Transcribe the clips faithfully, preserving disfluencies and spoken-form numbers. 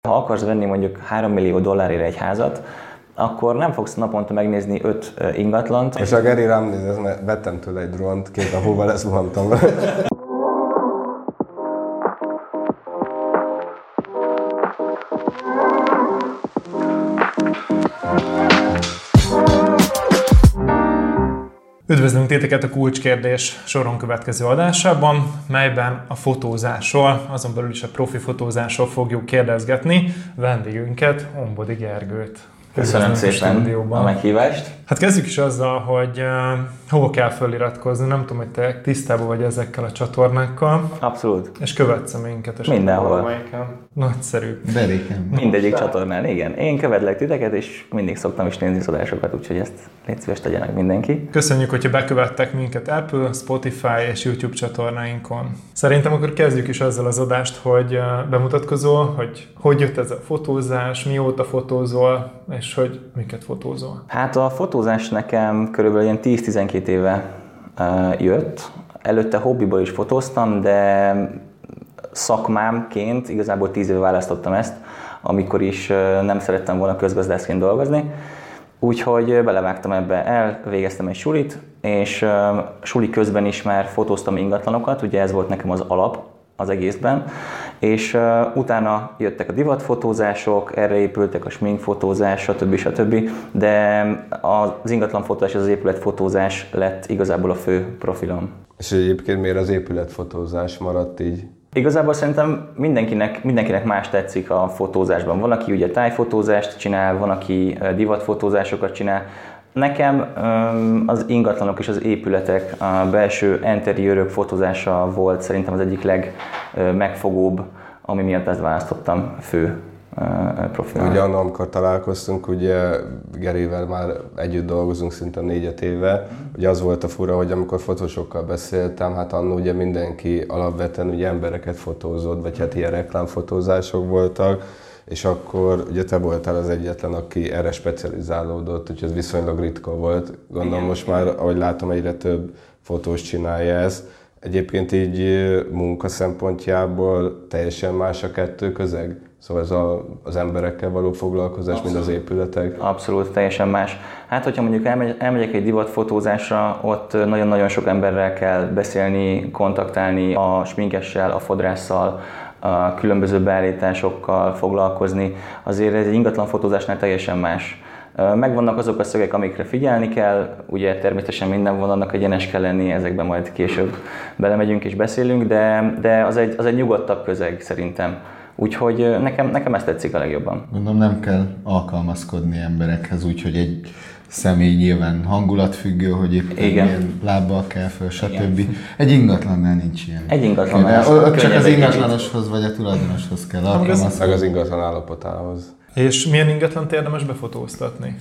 Ha akarsz venni mondjuk három millió dollárért egy házat, akkor nem fogsz naponta megnézni öt ingatlant. És a Geri rám néz, mert vettem tőle egy drónt, két nap múlva lezuhantam. Üdvözlünk titeket a Kulcskérdés soron következő adásában, melyben a fotózásról, azon belül is a profi fotózásról fogjuk kérdezgetni vendégünket, Ombodi Gergőt. Köszönöm szépen a, a meghívást. Hát kezdjük is azzal, hogy uh, hova kell feliratkozni. Nem tudom, hogy te tisztában vagy ezekkel a csatornákkal. Abszolút. És követsz minket. Mindenhol. Nagyszerű. Beréken. Mindegyik csatornán, igen. Én követlek titeket, és mindig szoktam is nézni az adásokat, úgyhogy ezt légy szíves tegyenek mindenki. Köszönjük, hogyha bekövettek minket Apple, Spotify és YouTube csatornáinkon. Szerintem akkor kezdjük is azzal az adást, hogy bemutatkozol, hogy hogy jött ez a fotózás, mióta fotózol, és hogy miket fotózol. Hát a fotózás nekem körülbelül ilyen tíz-tizenkét éve uh, jött. Előtte hobbiból is fotóztam, de szakmámként igazából tíz éve választottam ezt, amikor is uh, nem szerettem volna közgazdászként dolgozni. Úgyhogy belevágtam ebbe, elvégeztem egy sulit, és uh, suli közben is már fotóztam ingatlanokat, ugye ez volt nekem az alap az egészben, és uh, utána jöttek a divatfotózások, erre épültek a sminkfotózás, stb. stb. De az ingatlanfotózás, az épületfotózás lett igazából a fő profilom. És egyébként miért az épületfotózás maradt így? Igazából szerintem mindenkinek, mindenkinek más tetszik a fotózásban. Van, aki ugye tájfotózást csinál, van, aki divatfotózásokat csinál. Nekem az ingatlanok és az épületek, a belső interiőrök fotózása volt szerintem az egyik legmegfogóbb, ami miatt ezt választottam fő profilra. Ugye annak, amikor találkoztunk, ugye Gerivel már együtt dolgozunk szinte négy-öt éve. Ugye az volt a fura, hogy amikor fotósokkal beszéltem, hát annól ugye mindenki alapvetően ugye embereket fotózott, vagy hát ilyen reklámfotózások voltak. És akkor ugye te voltál az egyetlen, aki erre specializálódott, úgyhogy ez viszonylag ritka volt. Gondolom igen, most már, ahogy látom, egyre több fotós csinálja ezt. Egyébként így munka szempontjából teljesen más a kettő közeg? Szóval ez a, az emberekkel való foglalkozás, abszolút, mint az épületek? Abszolút, teljesen más. Hát, hogyha mondjuk elmegy, elmegyek egy divatfotózásra, ott nagyon-nagyon sok emberrel kell beszélni, kontaktálni, a sminkessel, a fodrásszal, a különböző beállításokkal foglalkozni. Azért ez egy ingatlanfotózásnál teljesen más. Megvannak azok a szögek, amikre figyelni kell, ugye természetesen minden vonalnak egyenes kell lenni, ezekben majd később belemegyünk és beszélünk, de, de az, egy, az egy nyugodtabb közeg szerintem. Úgyhogy nekem, nekem ezt tetszik a legjobban. Mondom, nem kell alkalmazkodni emberekhez, úgyhogy egy személy nyilván hangulatfüggő, hogy éppen igen, milyen lábbal kell föl, stb. Igen. Egy ingatlannál nincs ilyen. Egy ingatlannál. Ott csak az ingatlanoshoz vagy a tulajdonoshoz kell alkalmazkodni. Meg az ingatlan állapotához. És milyen ingatlant érdemes befotóztatni?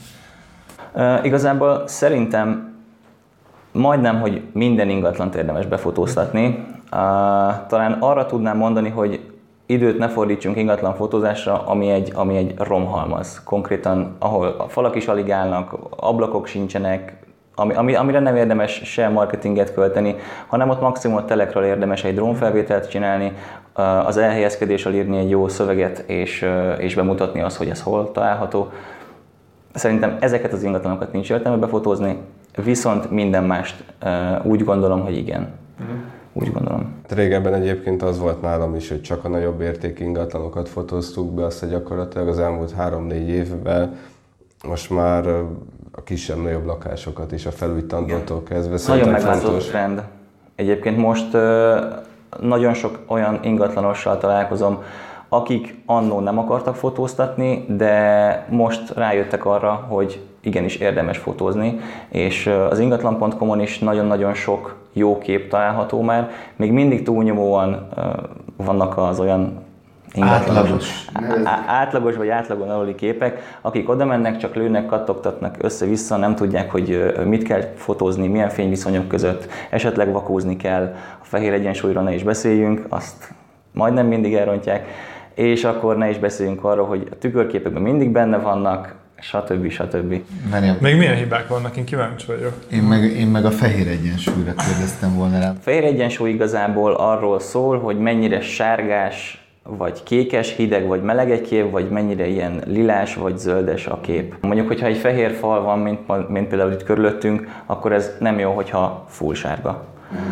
Uh, igazából szerintem majdnem, hogy minden ingatlant érdemes befotóztatni. Uh, talán arra tudnám mondani, hogy időt ne fordítsunk ingatlan fotózásra, ami egy, ami egy romhalmaz. Konkrétan, ahol a falak is alig állnak, ablakok sincsenek, ami, ami, amire nem érdemes se marketinget költeni, hanem ott maximum a telekről érdemes egy drónfelvételt csinálni, az elhelyezkedésről írni egy jó szöveget, és, és bemutatni azt, hogy ez hol található. Szerintem ezeket az ingatlanokat nincs értelme befotózni, viszont minden mást úgy gondolom, hogy igen. Uh-huh. Úgy gondolom. Régebben egyébként az volt nálam is, hogy csak a nagyobb értékű ingatlanokat fotóztuk be, azt gyakorlatilag az elmúlt három-négy évben most már a kisebb-nagyobb lakásokat is a felújítandótól kezdve. Nagyon megváltozott trend. Egyébként most nagyon sok olyan ingatlanossal találkozom, akik annó nem akartak fotóztatni, de most rájöttek arra, hogy igenis érdemes fotózni, és az ingatlan pont com-on is nagyon-nagyon sok jó kép található már. Még mindig túlnyomóan vannak az olyan átlagos, átlagos vagy átlagon aluli képek, akik oda mennek, csak lőnek, kattogtatnak össze-vissza, nem tudják, hogy mit kell fotózni, milyen fényviszonyok között, esetleg vakózni kell, a fehér egyensúlyra ne is beszéljünk, azt majdnem mindig elrontják, és akkor ne is beszéljünk arról, hogy a tükörképekben mindig benne vannak, stb. stb. Még milyen hibák vannak? Én kíváncsi vagyok. Én meg, én meg a fehér egyensúlyra kérdeztem volna rá. A fehér egyensúly igazából arról szól, hogy mennyire sárgás vagy kékes, hideg vagy meleg egy kép, vagy mennyire ilyen lilás vagy zöldes a kép. Mondjuk, hogyha egy fehér fal van, mint, mint például itt körülöttünk, akkor ez nem jó, hogyha full sárga.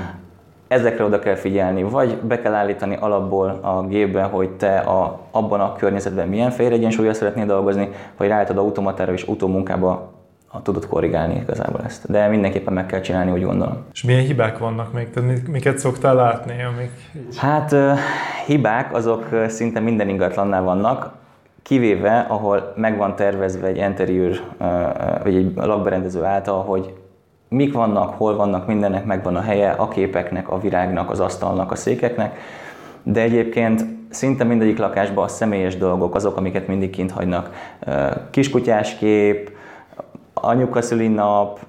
Ezekre oda kell figyelni, vagy be kell állítani alapból a gépbe, hogy te a, abban a környezetben milyen fehér egyensúlyjal szeretnél dolgozni, vagy ráállítod automatára és utómunkába tudod korrigálni igazából ezt. De mindenképpen meg kell csinálni, úgy gondolom. És milyen hibák vannak még? Tehát miket szoktál látni? Amik így... Hát hibák azok szinte minden ingatlannál vannak, kivéve, ahol meg van tervezve egy interiőr, vagy egy lakberendező által, hogy mik vannak, hol vannak, mindennek megvan a helye, a képeknek, a virágnak, az asztalnak, a székeknek, de egyébként szinte mindegyik lakásban a személyes dolgok azok, amiket mindig kint hagynak. Kiskutyás kép, anyuka szülinap,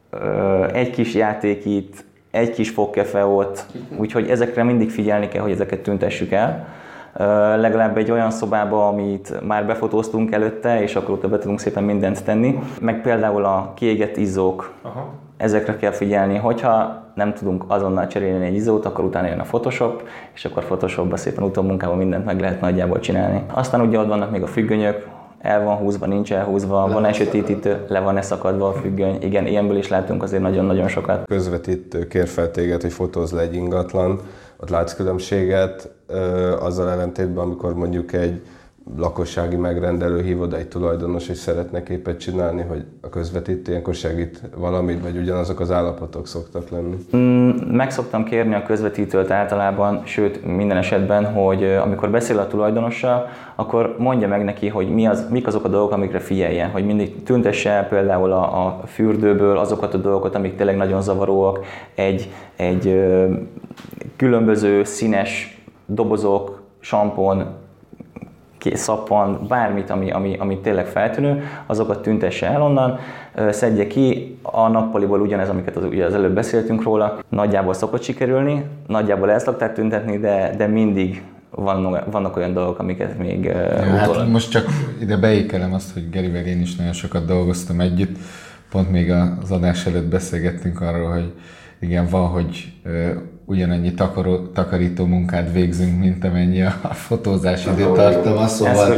egy kis játék itt, egy kis fogkefe ott, úgyhogy ezekre mindig figyelni kell, hogy ezeket tüntessük el. Legalább egy olyan szobába, amit már befotóztunk előtte, és akkor ott be tudunk szépen mindent tenni. Meg például a kiégett izzók, aha. Ezekre kell figyelni, hogyha nem tudunk azonnal cserélni egy izzót, akkor utána jön a Photoshop, és akkor Photoshopba szépen utómunkában mindent meg lehet nagyjából csinálni. Aztán ugye ott vannak még a függönyök, el van húzva, nincs elhúzva, van elsötétítő, le van-e szakadva a függöny. Igen, ilyenből is látunk azért nagyon-nagyon sokat. Közvetítő kér fel téged, hogy fotózz le egy ingatlan, ott látsz különbséget azzal ellentétben, amikor mondjuk egy lakossági megrendelő hív oda egy tulajdonos, és szeretne képet csinálni, hogy a közvetítő ilyenkor segít valamit, vagy ugyanazok az állapotok szoktak lenni? Meg szoktam kérni a közvetítőt általában, sőt minden esetben, hogy amikor beszél a tulajdonossal, akkor mondja meg neki, hogy mi az, mik azok a dolgok, amikre figyeljen, hogy mindig tüntesse el például a, a fürdőből azokat a dolgokat, amik tényleg nagyon zavaróak, egy, egy ö, különböző színes dobozok, sampon, szappan, bármit, ami, ami, ami tényleg feltűnő, azokat tüntesse el onnan, szedje ki, a nappaliból ugyanez, amiket az, ugye az előbb beszéltünk róla, nagyjából szokott sikerülni, nagyjából el szokták tüntetni, de, de mindig vannak, vannak olyan dolgok, amiket még ja, hát most csak ide beékelem azt, hogy Gerivel én is nagyon sokat dolgoztam együtt, pont még az adás előtt beszélgettünk arról, hogy igen, van, hogy uh, ugyanannyi takaró, takarító munkát végzünk, mint amennyi a, a fotózás időtartama, szóval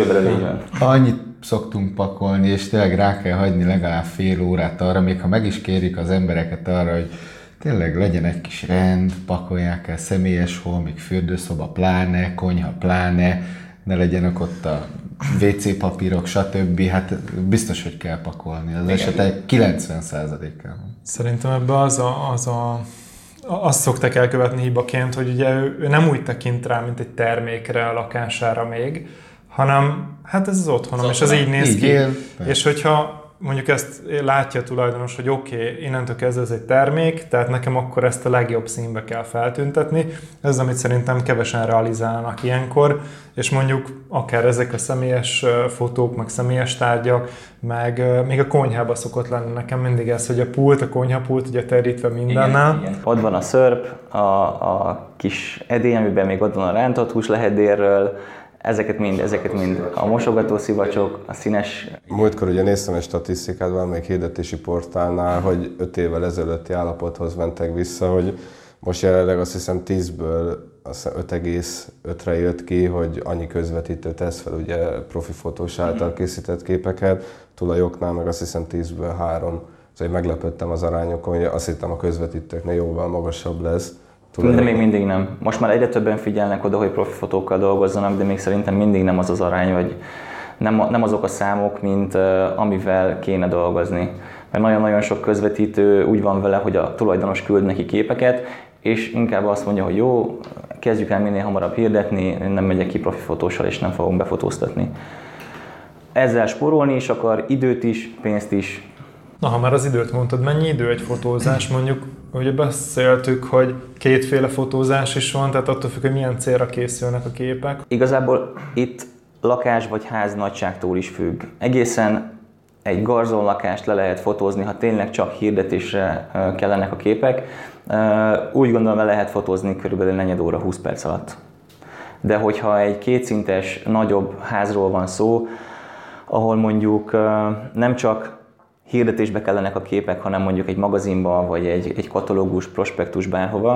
annyit szoktunk pakolni, és tényleg rá kell hagyni legalább fél órát arra, még ha meg is kérjük az embereket arra, hogy tényleg legyen egy kis rend, pakolják el személyes holmik, fürdőszoba pláne, konyha pláne, ne legyenek ott a vé cé papírok, stb. Hát biztos, hogy kell pakolni. Az esetek kilencven százalékkal. Szerintem ebben az a, az a azt szokták elkövetni hibaként, hogy ugye ő, ő nem úgy tekint rá, mint egy termékre a lakására még, hanem hát ez az otthonom, az és az így néz így ki. Él. És hogyha mondjuk ezt látja a tulajdonos, hogy oké, okay, innentől kezdve ez egy termék, tehát nekem akkor ezt a legjobb színbe kell feltüntetni. Ez az, amit szerintem kevesen realizálnak ilyenkor, és mondjuk akár ezek a személyes fotók, meg személyes tárgyak, meg még a konyhában szokott lenni nekem mindig ez, hogy a pult, a konyhapult ugye terítve mindennel. Igen, igen. Ott van a szörp, a, a kis edény, amiben még ott van a rántott hús lehedérről, Ezeket mind, ezeket mind a mosogatószivacsok, a színes... Múltkor ugye néztem egy statisztikát valamelyik hirdetési portálnál, hogy öt évvel ezelőtti állapothoz mentek vissza, hogy most jelenleg azt hiszem tízből öt egész ötre jött ki, hogy annyi közvetítő tesz fel ugye profi fotós által készített képeket, tulajoknál meg azt hiszem tízből három. Szóval meglepődtem az arányokon, hogy azt hittem a közvetítőknél jóval magasabb lesz. De még mindig nem. Most már egyre többen figyelnek oda, hogy profi fotókkal dolgozzanak, de még szerintem mindig nem az az arány, vagy nem, nem azok a számok, mint uh, amivel kéne dolgozni. Mert nagyon-nagyon sok közvetítő úgy van vele, hogy a tulajdonos küld neki képeket, és inkább azt mondja, hogy jó, kezdjük el minél hamarabb hirdetni, nem megyek ki profi fotóssal, és nem fogom befotóztatni. Ezzel spórolni is akar, időt is, pénzt is. Na, ha már az időt mondtad, mennyi idő egy fotózás? Mondjuk, ugye beszéltük, hogy kétféle fotózás is van, tehát attól függ, hogy milyen célra készülnek a képek. Igazából itt lakás vagy ház nagyságtól is függ. Egészen egy garzonlakást le lehet fotózni, ha tényleg csak hirdetésre kellenek a képek. Úgy gondolom, le lehet fotózni körülbelül negyed óra, húsz perc alatt. De hogyha egy kétszintes, nagyobb házról van szó, ahol mondjuk nem csak hirdetésbe kellenek a képek, hanem mondjuk egy magazinba, vagy egy, egy katalógus, prospektus bárhova,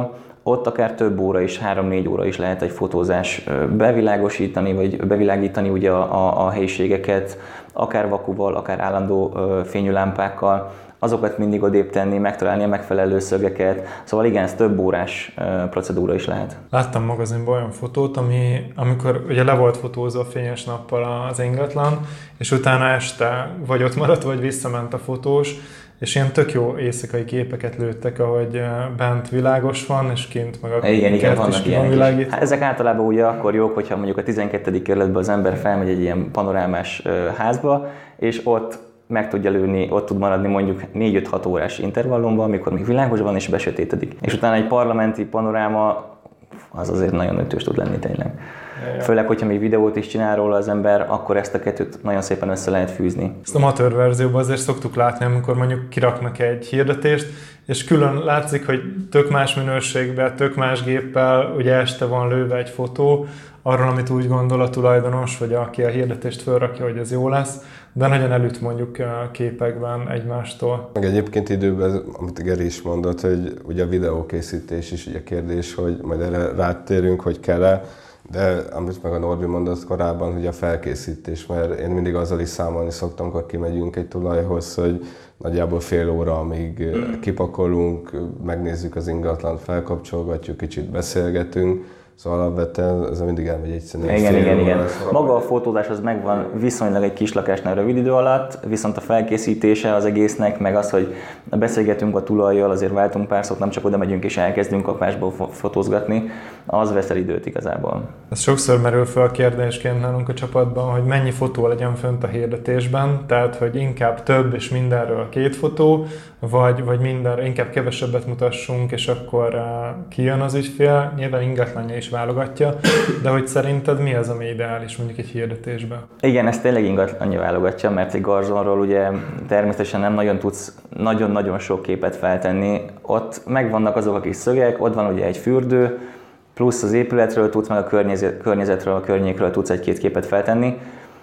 ott akár több óra is, három-négy óra is lehet egy fotózás bevilágosítani, vagy bevilágítani ugye a, a, a helyiségeket, akár vakuval, akár állandó fényűlámpákkal, azokat mindig odébb tenni, megtalálni a megfelelő szögeket. Szóval igen, ez több órás procedúra is lehet. Láttam magazinban olyan fotót, ami, amikor ugye le volt fotózva fényes nappal az ingatlan, és utána este vagy ott maradt, vagy visszament a fotós, és ilyen tök jó éjszakai képeket lőttek, ahogy bent világos van, és kint meg a igen, igen, kert is ki van világít. Hát ezek általában ugye akkor jók, hogyha mondjuk a tizenkettedik kerületben az ember felmegy egy ilyen panorámás házba, és ott meg tudja lőni, ott tud maradni mondjuk négy-öt-hat órás intervallumban, amikor még világos van és besötétedik. És utána egy parlamenti panoráma az azért nagyon ütős tud lenni tényleg. Főleg, hogyha még videót is csinál róla az ember, akkor ezt a kettőt nagyon szépen össze lehet fűzni. Ezt amatőr verzióban azért szoktuk látni, amikor mondjuk kiraknak egy hirdetést, és külön látszik, hogy tök más minőségben, tök más géppel, ugye este van lőve egy fotó, arról, amit úgy gondol a tulajdonos, vagy aki a hirdetést felrakja, hogy ez jó lesz, de nagyon elüt mondjuk képekben egymástól. Meg egyébként időben, amit Geri is mondott, hogy ugye a videókészítés is ugye kérdés, hogy majd erre rátérünk, hogy kell-e, de amit meg a Norbi mondott korábban, hogy a felkészítés, mert én mindig azzal is számolni szoktam, amikor kimegyünk egy tulajhoz, hogy nagyjából fél óra, amíg kipakolunk, megnézzük az ingatlant, felkapcsolgatjuk, kicsit beszélgetünk, szóval alapvetően ez mindig elmegy egyszerűen. Igen, igen, igen. Maga a fotózás az megvan viszonylag egy kis lakásnál rövid idő alatt, viszont a felkészítése az egésznek, meg az, hogy beszélgetünk a tulajjal, azért váltunk pár szót, nem csak oda megyünk és elkezdünk kapásból fotózgatni, az vesz el időt igazából. Ez sokszor merül fel a kérdésként nálunk a csapatban, hogy mennyi fotó legyen fönt a hirdetésben, tehát hogy inkább több és mindenről két fotó, vagy, vagy mindenről inkább kevesebbet mutassunk, és akkor uh, kijön az ügyfél, nyilván ingatlanja is válogatja, de hogy szerinted mi az, ami ideális mondjuk egy hirdetésben? Igen, ezt tényleg ingatlanja válogatja, mert egy garzonról ugye természetesen nem nagyon tudsz nagyon-nagyon sok képet feltenni. Ott megvannak azok a kis szögek, ott van ugye egy fürdő, plusz az épületről tudsz, meg a környezetről, a környékről tudsz egy-két képet feltenni,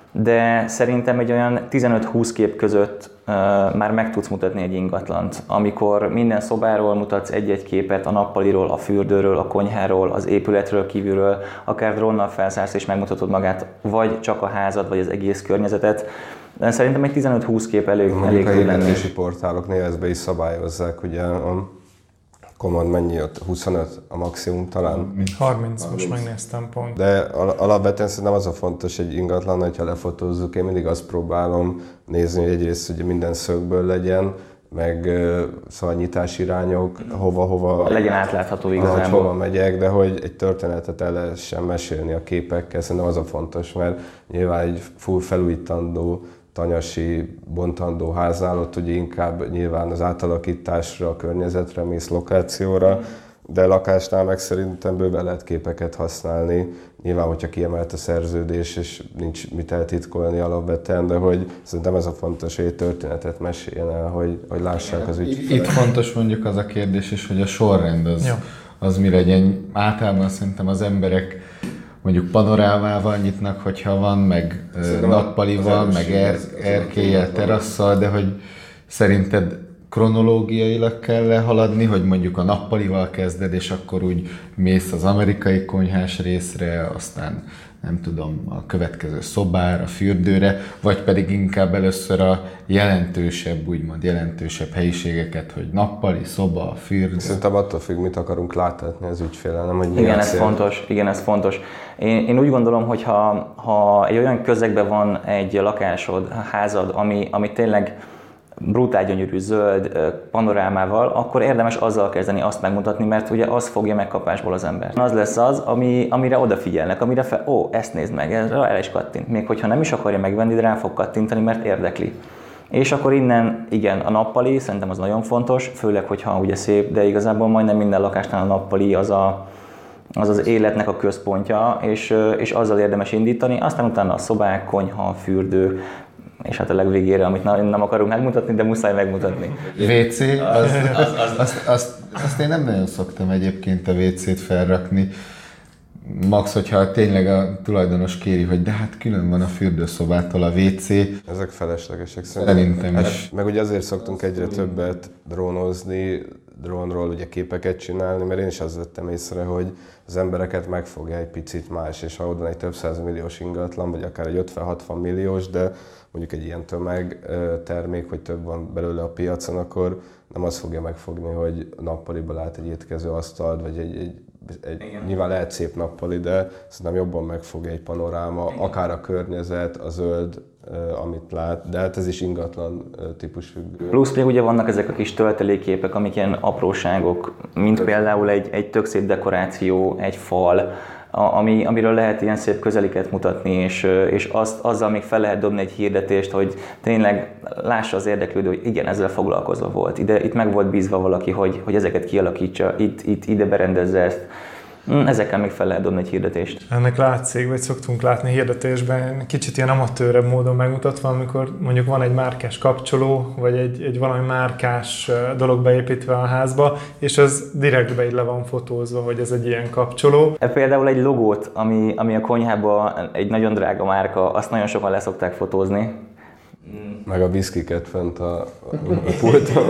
de szerintem egy olyan tizenöt-húsz kép között uh, már meg tudsz mutatni egy ingatlant. Amikor minden szobáról mutatsz egy-egy képet, a nappaliról, a fürdőről, a konyháról, az épületről kívülről, akár drónnal felszállsz és megmutatod magát, vagy csak a házad, vagy az egész környezetet. De szerintem egy tizenöt-húsz kép elég, elég tud lenni. A hirdetési portáloknél ezt be is szabályozzák, ugye a Command mennyi ott? huszonöt a maximum talán? harminc, most megnéztem pont. De alapvetően szerintem az a fontos egy ingatlan, hogyha lefotózzuk, én mindig azt próbálom nézni, hogy egyrészt ugye minden szögből legyen, meg szóval nyitásirányok, hova-hova... Legyen átlátható igazából. Hova megyek, de hogy egy történetet el lehessen mesélni a képekkel, szerintem az a fontos, mert nyilván egy full felújítandó, tanyasi, bontandó háznál, ott ugye inkább nyilván az átalakításra, a környezetre mész, lokációra, de lakásnál meg szerintem bőven lehet képeket használni. Nyilván, hogyha kiemelt a szerződés, és nincs mit eltitkolni alapvetően, de hogy szerintem ez a fontos, hogy egy történetet meséljen el, hogy, hogy lássák az ügyfelek. Itt fontos mondjuk az a kérdés is, hogy a sorrend az, az mi legyen. Általában szerintem az emberek mondjuk panorámával nyitnak, hogyha van, meg szerintem nappalival, meg er, erkéllyel, terasszal, de hogy szerinted kronológiailag kell haladni, hogy mondjuk a nappalival kezded, és akkor úgy mész az amerikai konyhás részre, aztán nem tudom, a következő szobára, fürdőre, vagy pedig inkább először a jelentősebb, úgymond jelentősebb helyiségeket, hogy nappali, szoba, fürdő. Szerintem attól függ, mit akarunk láthatni az ügyféllel, nem hogy mi igen, ez fontos, igen, ez fontos. Én, én úgy gondolom, hogy ha, ha egy olyan közegben van egy lakásod, házad, ami, ami tényleg brutál gyönyörű zöld panorámával, akkor érdemes azzal kezdeni, azt megmutatni, mert ugye az fogja meg kapásból az ember. Az lesz az, ami, amire odafigyelnek, amire fel, ó, ezt nézd meg, erre is kattint. Még hogyha nem is akarja megvenni, de rá fog kattintani, mert érdekli. És akkor innen, igen, a nappali, szerintem az nagyon fontos, főleg, hogyha ugye szép, de igazából majdnem minden lakásnál a nappali az a, az, az életnek a központja, és, és azzal érdemes indítani, aztán utána a szobák, konyha, fürdő, és hát a legvégére, amit nem akarunk megmutatni, de muszáj megmutatni. vé cé, az, az, az, azt, azt, azt én nem nagyon szoktam egyébként a vé cét felrakni. Max, hogyha tényleg a tulajdonos kéri, hogy de hát külön van a fürdőszobától a vé cé. Ezek feleslegesek szerintem is. Meg ugye azért szoktunk egyre többet drónozni, drónról ugye képeket csinálni, mert én is azt vettem észre, hogy az embereket megfogja egy picit más, és ha ott van egy több százmilliós ingatlan, vagy akár egy ötven-hatvan milliós, de mondjuk egy ilyen tömegtermék, hogy több van belőle a piacon, akkor nem azt fogja megfogni, hogy nappaliba lát egy étkező asztalt, vagy egy, egy, egy nyilván lehet szép nappali, de szerintem jobban megfogja egy panoráma, igen. Akár a környezet, a zöld, amit lát, de hát ez is ingatlan típus függő. Plusz még ugye vannak ezek a kis töltelékképek, amik ilyen apróságok, mint Tök. például egy, egy tök szép dekoráció, egy fal, ami, amiről lehet ilyen szép közeliket mutatni, és, és azt, azzal még fel lehet dobni egy hirdetést, hogy tényleg lássa az érdeklődő, hogy igen, ezzel foglalkozva volt. Ide, itt meg volt bízva valaki, hogy, hogy ezeket kialakítsa, itt, itt ide berendezze ezt. Ezekkel még fel lehet dobni egy hirdetést. Ennek látszik, vagy szoktunk látni hirdetésben, kicsit ilyen amatőrebb módon megmutatva, amikor mondjuk van egy márkás kapcsoló, vagy egy, egy valami márkás dolog beépítve a házba, és az direktbe így le van fotózva, hogy ez egy ilyen kapcsoló. Például egy logót, ami, ami a konyhában egy nagyon drága márka, azt nagyon sokan leszokták fotózni. Meg a viszkiket fent a, a pulton.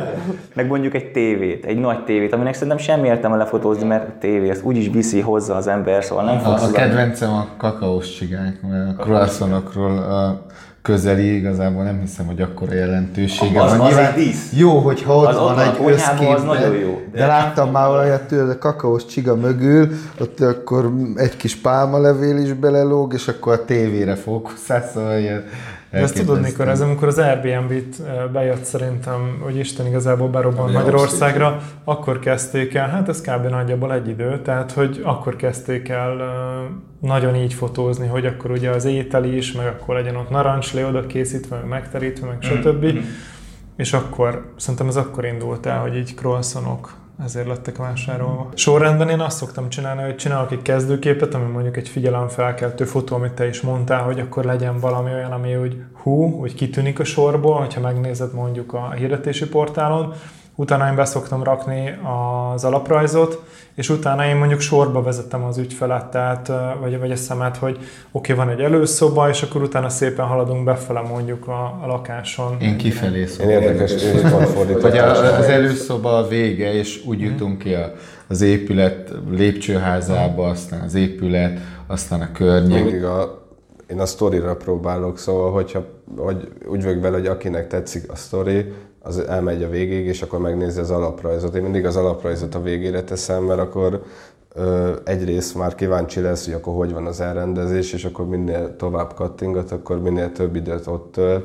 Meg mondjuk egy tévét, egy nagy tévét, aminek szerintem semmi értelme lefotózni, mert tévé, ezt úgyis viszi hozzá az ember, szóval nem fogsz... A, a kedvencem a kakaós csigák, mert a croissantokról a közeli igazából nem hiszem, hogy akkora jelentősége az, van. Az egy dísz. Jó, hogyha ott az van egy összképben, de, de láttam már olyat tőle, a kakaós csiga mögül, ott akkor egy kis pálmalevél is belelóg, és akkor a tévére fókuszál, szóval ilyen... De ezt tudod, mikor ez, amikor az Airbnb-t bejött szerintem, hogy Isten igazából berobban Magyarországra, akkor kezdték el, hát ez kb. Nagyjából egy idő, tehát hogy akkor kezdték el nagyon így fotózni, hogy akkor ugye az étel is, meg akkor legyen ott narancslé oda készítve, meg megterítve, meg stb. Mm. És akkor, szerintem ez akkor indult el, hogy így croissantok ezért lettek vásárolva. Sorrendben én azt szoktam csinálni, hogy csinálok egy kezdőképet, ami mondjuk egy figyelemfelkeltő fotó, amit te is mondtál, hogy akkor legyen valami olyan, ami úgy hú, úgy kitűnik a sorból, hogyha megnézed mondjuk a hirdetési portálon, utána én beszoktam rakni az alaprajzot, és utána én mondjuk sorba vezetem az ügyfelet, tehát, vagy, vagy a szemet, hogy oké, okay, van egy előszoba, és akkor utána szépen haladunk befele mondjuk a, a lakáson. Én kifelé szoktam. Én érdekes, én van fordítás. Vagy az előszoba a vége, és úgy jutunk ki az épület lépcsőházába, aztán az épület, aztán a környék. Mindig a, én a sztorira próbálok, szóval hogyha, hogy úgy vagyok vele, hogy akinek tetszik a sztori, az elmegy a végéig, és akkor megnézi az alaprajzot. Én mindig az alaprajzot a végére teszem, mert akkor ö, egyrészt már kíváncsi lesz, hogy akkor hogy van az elrendezés, és akkor minél tovább kattingat, akkor minél több időt ott töl.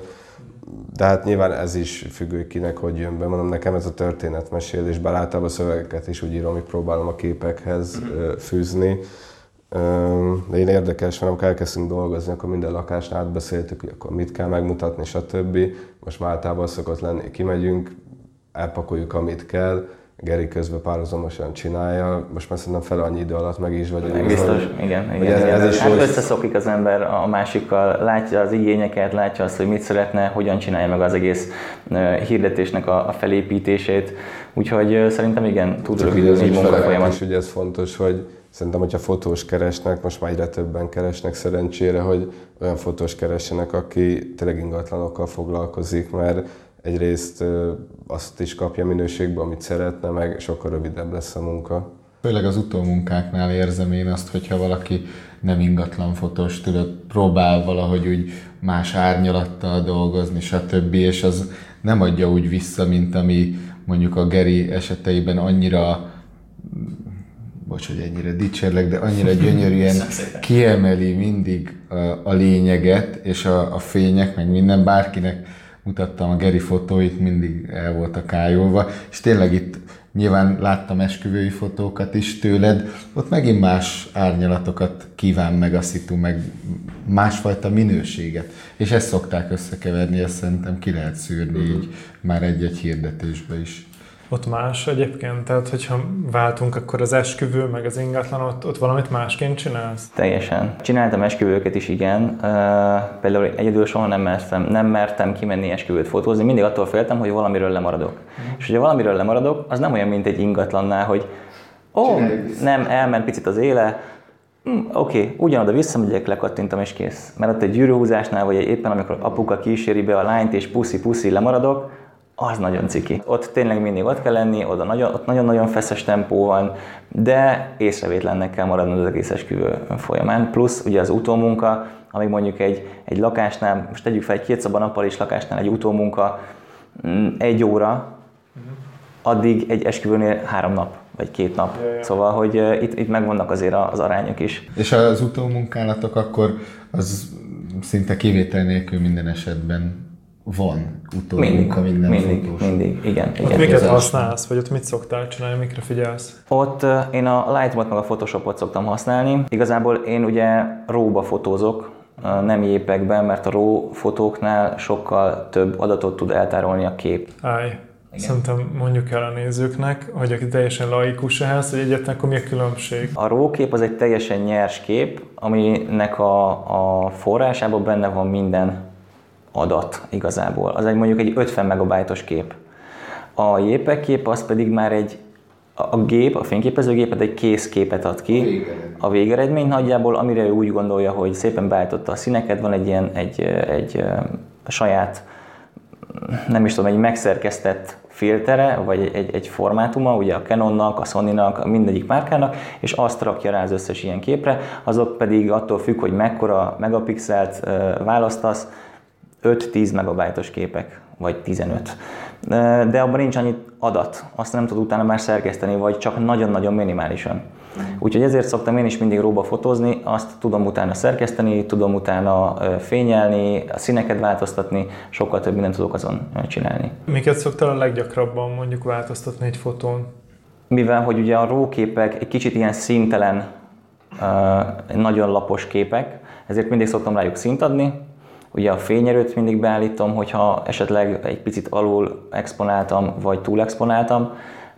De hát nyilván ez is függő, hogy kinek hogy jön be. Mondom, nekem ez a történetmesélés, bár általában a szövegeket is úgy írom, hogy próbálom a képekhez ö, fűzni. De én érdekes, mert amikor elkezdtünk dolgozni, akkor minden lakásnál átbeszéltük, hogy akkor mit kell megmutatni, stb. Most már általában szokott lenni, kimegyünk, elpakoljuk, amit kell, Geri közben párhuzamosan csinálja, most már szerintem fel annyi idő alatt meg is vagyunk. Biztos, hogy, igen. igen, ez, igen. Ez is hát összeszokik az ember a másikkal, látja az igényeket, látja azt, hogy mit szeretne, hogyan csinálja meg az egész hirdetésnek a, a felépítését, úgyhogy szerintem igen, tud rövidülni egy munkafolyamat. És ugye ez fontos, hogy szerintem, hogyha fotós keresnek, most már egyre többen keresnek szerencsére, hogy olyan fotós keressenek, aki tényleg ingatlanokkal foglalkozik, mert egyrészt azt is kapja minőségben, amit szeretne, meg sokkal rövidebb lesz a munka. Főleg az utómunkáknál érzem én azt, hogyha valaki nem ingatlan fotós, tudod, próbál valahogy úgy más árnyalattal dolgozni, stb. És az nem adja úgy vissza, mint ami mondjuk a Geri eseteiben annyira, bocs, hogy ennyire dicsérlek, de annyira gyönyörűen kiemeli mindig a, a lényeget, és a, a fények, meg minden, bárkinek mutattam a Geri fotóit, mindig el voltak ájulva, és tényleg itt nyilván láttam esküvői fotókat is tőled, ott megint más árnyalatokat kíván meg a szitu, meg másfajta minőséget, és ezt szokták összekeverni, ezt szerintem ki lehet szűrni így már egy-egy hirdetésbe is. Ott más egyébként? Tehát, hogyha váltunk, akkor az esküvő, meg az ingatlan, ott, ott valamit másként csinálsz? Teljesen. Csináltam esküvőket is, igen. Uh, például egyedül soha nem mertem, nem mertem kimenni esküvőt fotózni. Mindig attól féltem, hogy valamiről lemaradok. Mm. És hogyha valamiről lemaradok, az nem olyan, mint egy ingatlannál, hogy ó, oh, nem, elment picit az éle, mm, oké, okay, ugyanoda visszamegyek, lekattintam és kész. Mert ott egy gyűrűhúzásnál, vagy éppen amikor apuka kíséri be a lányt és puszi-puszi lemaradok, az nagyon ciki. Ott tényleg mindig ott kell lenni, oda nagyon, ott nagyon-nagyon feszes tempó van, de észrevétlennek kell maradnod az egész esküvő folyamán. Plusz ugye az utómunka, amíg mondjuk egy, egy lakásnál, most tegyük fel egy két szoba nappal lakásnál egy utómunka egy óra, addig egy esküvőnél három nap, vagy két nap. Jaj, jaj. Szóval, hogy uh, itt, itt megvannak azért az arányok is. És az utómunkálatok akkor az szinte kivétel nélkül minden esetben van utómunka minden mindig, fotós. Mindig, igen. Ott igen. miket használsz, vagy ott mit szoktál csinálni, mikre figyelsz? Ott uh, én a Lightroom-ot meg a Photoshopot szoktam használni. Igazából én ugye RAW-ba fotózok, uh, nem jépekben, mert a RAW fotóknál sokkal több adatot tud eltárolni a kép. Állj. Igen. Szerintem mondjuk el a nézőknek, hogy aki teljesen laikus ehhez, hogy egyáltalán akkor mi a különbség. A RAW kép az egy teljesen nyers kép, aminek a, a forrásában benne van minden adat igazából. Az egy mondjuk egy ötven megabájtos kép. A JPEG kép az pedig már egy, a gép, a fényképezőgépet egy kész képet ad ki. A végeredmény. A végeredmény nagyjából, amire ő úgy gondolja, hogy szépen beállította a színeket, van egy ilyen egy, egy, egy saját, nem is tudom, egy megszerkesztett filtere, vagy egy, egy formátuma, ugye a Canonnak, a Sonynak, mindegyik márkának, és azt rakja rá az összes ilyen képre, azok pedig attól függ, hogy mekkora megapixelt választasz, öt-tíz megabájtos képek, vagy tizenöt. De abban nincs annyi adat, azt nem tud utána már szerkeszteni, vagy csak nagyon-nagyon minimálisan. Úgyhogy ezért szoktam én is mindig RAW-ba fotózni, azt tudom utána szerkeszteni, tudom utána fényelni, a színeket változtatni, sokkal több mindent tudok azon csinálni. Miket szoktál a leggyakrabban mondjuk változtatni egy fotón? Mivel, hogy ugye a RAW képek egy kicsit ilyen színtelen, nagyon lapos képek, ezért mindig szoktam rájuk színt adni. Ugye a fényerőt mindig beállítom, hogyha esetleg egy picit alul exponáltam, vagy túl exponáltam,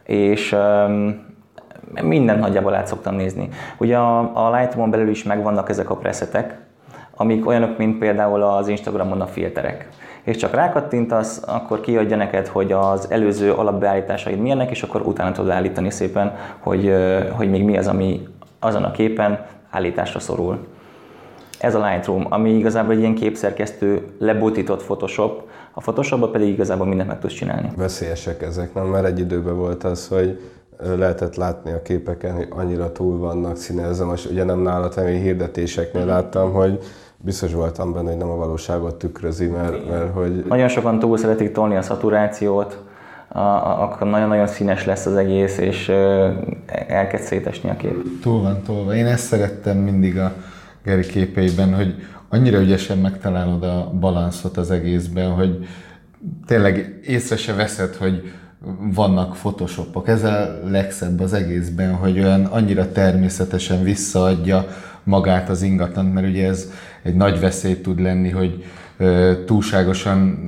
és um, mindent nagyjából át szoktam nézni. Ugye a, a Lightroom-on belül is megvannak ezek a presetek, amik olyanok, mint például az Instagramon a filterek. És csak rákattintasz, akkor kiadja neked, hogy az előző alapbeállításaid milyenek, és akkor utána tudod állítani szépen, hogy, hogy még mi az, ami azon a képen állításra szorul. Ez a Lightroom, ami igazából egy ilyen képszerkesztő, lebutított Photoshop, a Photoshopban pedig igazából mindent meg tudsz csinálni. Veszélyesek ezek, nem? Mert egy időben volt az, hogy lehetett látni a képeken, hogy annyira túl vannak színezve. Most ugye nem nálad, hanem én hirdetéseknél láttam, hogy biztos voltam benne, hogy nem a valóságot tükrözi, mert, mert hogy... Nagyon sokan túl szeretik tolni a szaturációt, akkor nagyon-nagyon színes lesz az egész, és elkezd szétesni a kép. Túl van tolva. Én ezt szerettem mindig a Geri képeiben, hogy annyira ügyesen megtalálod a balanszot az egészben, hogy tényleg észre se veszed, hogy vannak photoshopok. Ez a legszebb az egészben, hogy olyan annyira természetesen visszaadja magát az ingatlant, mert ugye ez egy nagy veszély tud lenni, hogy túlságosan